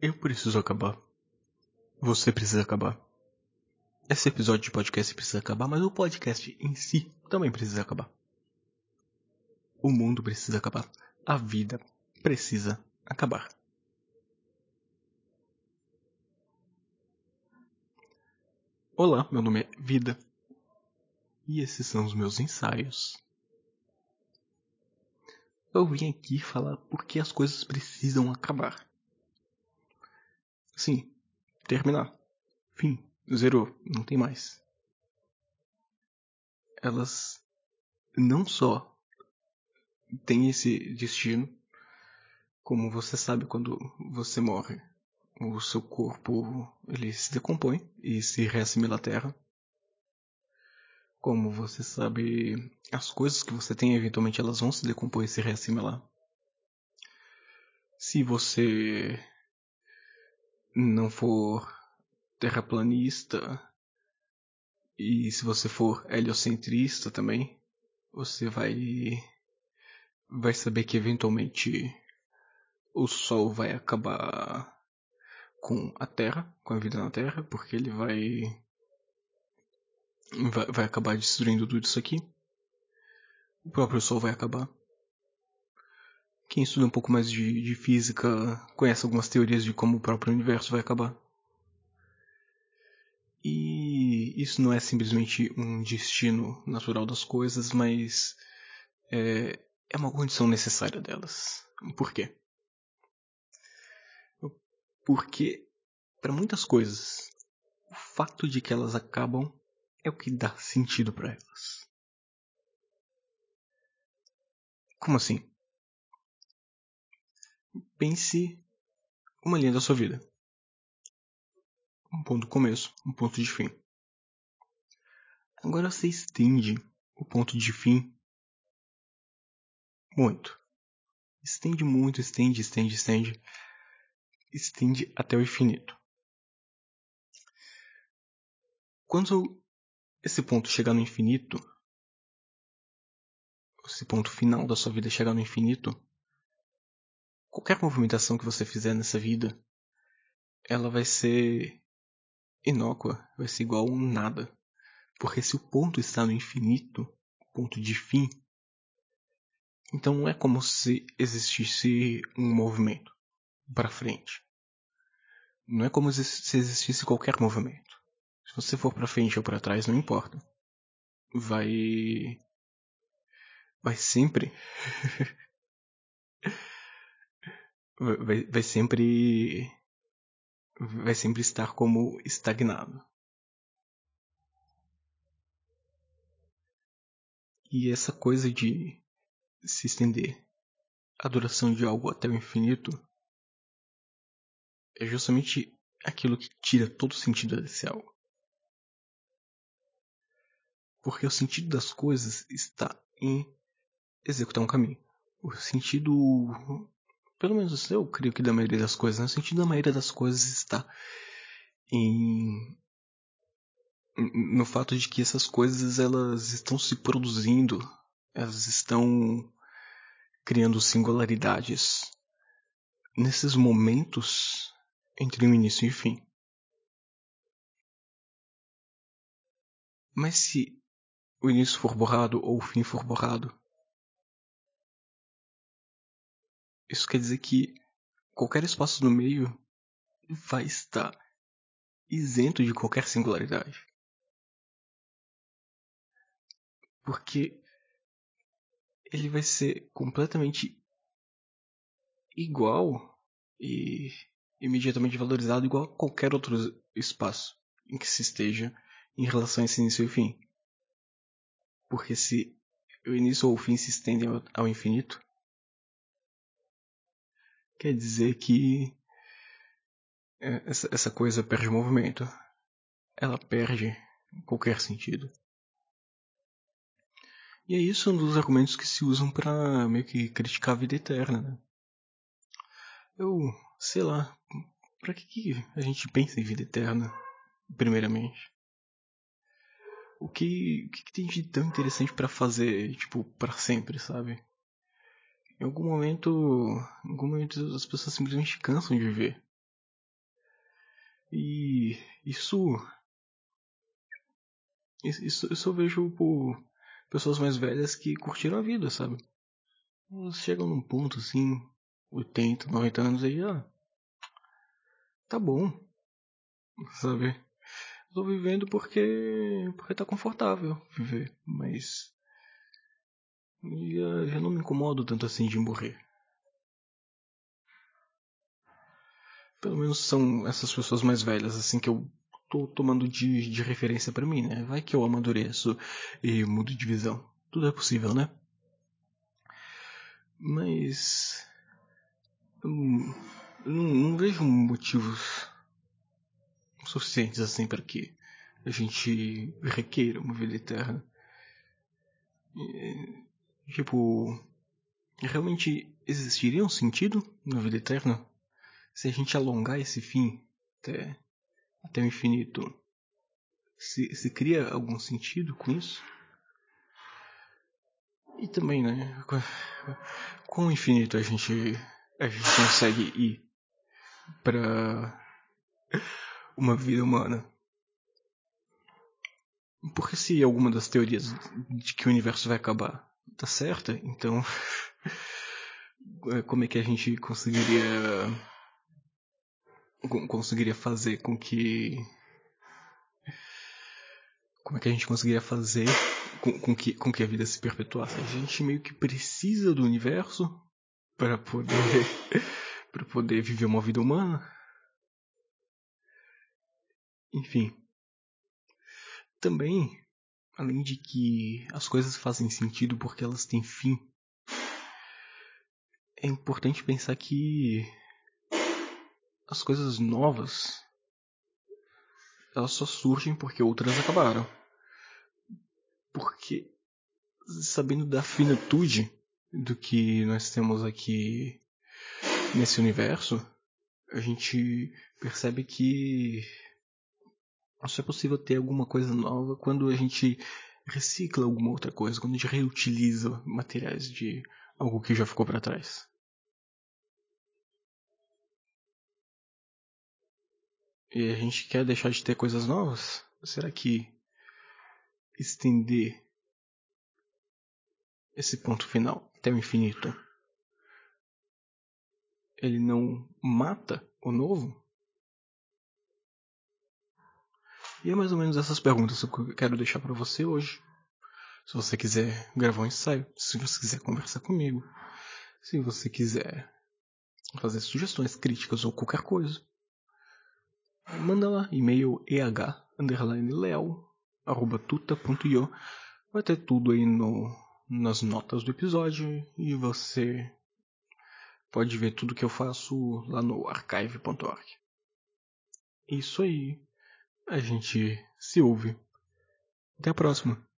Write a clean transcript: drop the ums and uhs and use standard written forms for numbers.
Eu preciso acabar. Você precisa acabar. Esse episódio de podcast precisa acabar, mas o podcast em si também precisa acabar. O mundo precisa acabar. A vida precisa acabar. Olá, meu nome é Vida. E esses são os meus ensaios. Eu vim aqui falar porque as coisas precisam acabar. Sim, terminar. Fim. Zerou. Não tem mais. Elas não só têm esse destino, como você sabe quando você morre. O seu corpo ele se decompõe e se reassimila à Terra. Como você sabe, as coisas que você tem eventualmente elas vão se decompor e se reassimilar. Se você não for terraplanista e se você for heliocentrista também, você vai saber que eventualmente o Sol vai acabar com a Terra, com a vida na Terra, porque ele vai acabar destruindo tudo isso aqui. O próprio Sol vai acabar. Quem estuda um pouco mais de física conhece algumas teorias de como o próprio universo vai acabar. E isso não é simplesmente um destino natural das coisas, mas é uma condição necessária delas. Por quê? Porque, para muitas coisas, o fato de que elas acabam é o que dá sentido para elas. Como assim? Pense uma linha da sua vida. Um ponto de começo, um ponto de fim. Agora você estende o ponto de fim muito. Estende muito, estende até o infinito. Quando esse ponto chegar no infinito, esse ponto final da sua vida chegar no infinito, qualquer movimentação que você fizer nessa vida, ela vai ser inócua, vai ser igual a nada. Porque se o ponto está no infinito, o ponto de fim, então não é como se existisse um movimento para frente. Não é como se existisse qualquer movimento. Se você for para frente ou para trás, não importa. Vai sempre vai sempre estar como estagnado. E essa coisa de se estender a duração de algo até o infinito é justamente aquilo que tira todo o sentido desse algo. Porque o sentido das coisas está em executar um caminho. O sentido, pelo menos eu creio que da maioria das coisas, né? O sentido da maioria das coisas está no fato de que essas coisas elas estão se produzindo, elas estão criando singularidades nesses momentos entre o início e o fim. Mas se o início for borrado ou o fim for borrado, isso quer dizer que qualquer espaço no meio vai estar isento de qualquer singularidade. Porque ele vai ser completamente igual e imediatamente valorizado igual a qualquer outro espaço em que se esteja em relação a esse início e fim. Porque se o início ou o fim se estendem ao infinito, quer dizer que essa coisa perde movimento. Ela perde qualquer sentido. E é isso um dos argumentos que se usam pra meio que criticar a vida eterna, né? Eu, sei lá, pra que a gente pensa em vida eterna, primeiramente? O que tem de tão interessante pra fazer, tipo, pra sempre, sabe? Em algum momento as pessoas simplesmente cansam de viver. E isso eu vejo por pessoas mais velhas que curtiram a vida, sabe? Elas chegam num ponto assim, 80, 90 anos aí, tá bom, sabe? Tô vivendo porque tá confortável viver, mas já não me incomodo tanto assim de morrer. Pelo menos são essas pessoas mais velhas assim que eu tô tomando de referência pra mim, né? Vai que eu amadureço e mudo de visão. Tudo é possível, né? Mas eu não vejo motivos suficientes assim para que a gente requeira uma vida eterna. Tipo, realmente existiria um sentido na vida eterna se a gente alongar esse fim até o infinito? Se cria algum sentido com isso? E também, né? Com o infinito a gente consegue ir para uma vida humana. Porque se alguma das teorias de que o universo vai acabar tá certa, então como é que a gente conseguiria fazer com que como é que a gente conseguiria fazer com que a vida se perpetuasse? A gente meio que precisa do universo para poder para poder viver uma vida humana. Enfim, também, além de que as coisas fazem sentido porque elas têm fim, é importante pensar que as coisas novas elas só surgem porque outras acabaram. Porque sabendo da finitude do que nós temos aqui nesse universo, a gente percebe que só é possível ter alguma coisa nova quando a gente recicla alguma outra coisa, quando a gente reutiliza materiais de algo que já ficou para trás. E a gente quer deixar de ter coisas novas? Será que estender esse ponto final até o infinito ele não mata o novo? E é mais ou menos essas perguntas que eu quero deixar para você hoje. Se você quiser gravar um ensaio, se você quiser conversar comigo, se você quiser fazer sugestões, críticas ou qualquer coisa, manda lá, e-mail eh_leo@tuta.io. Vai ter tudo aí nas notas do episódio e você pode ver tudo que eu faço lá no archive.org. Isso aí, a gente se ouve. Até a próxima.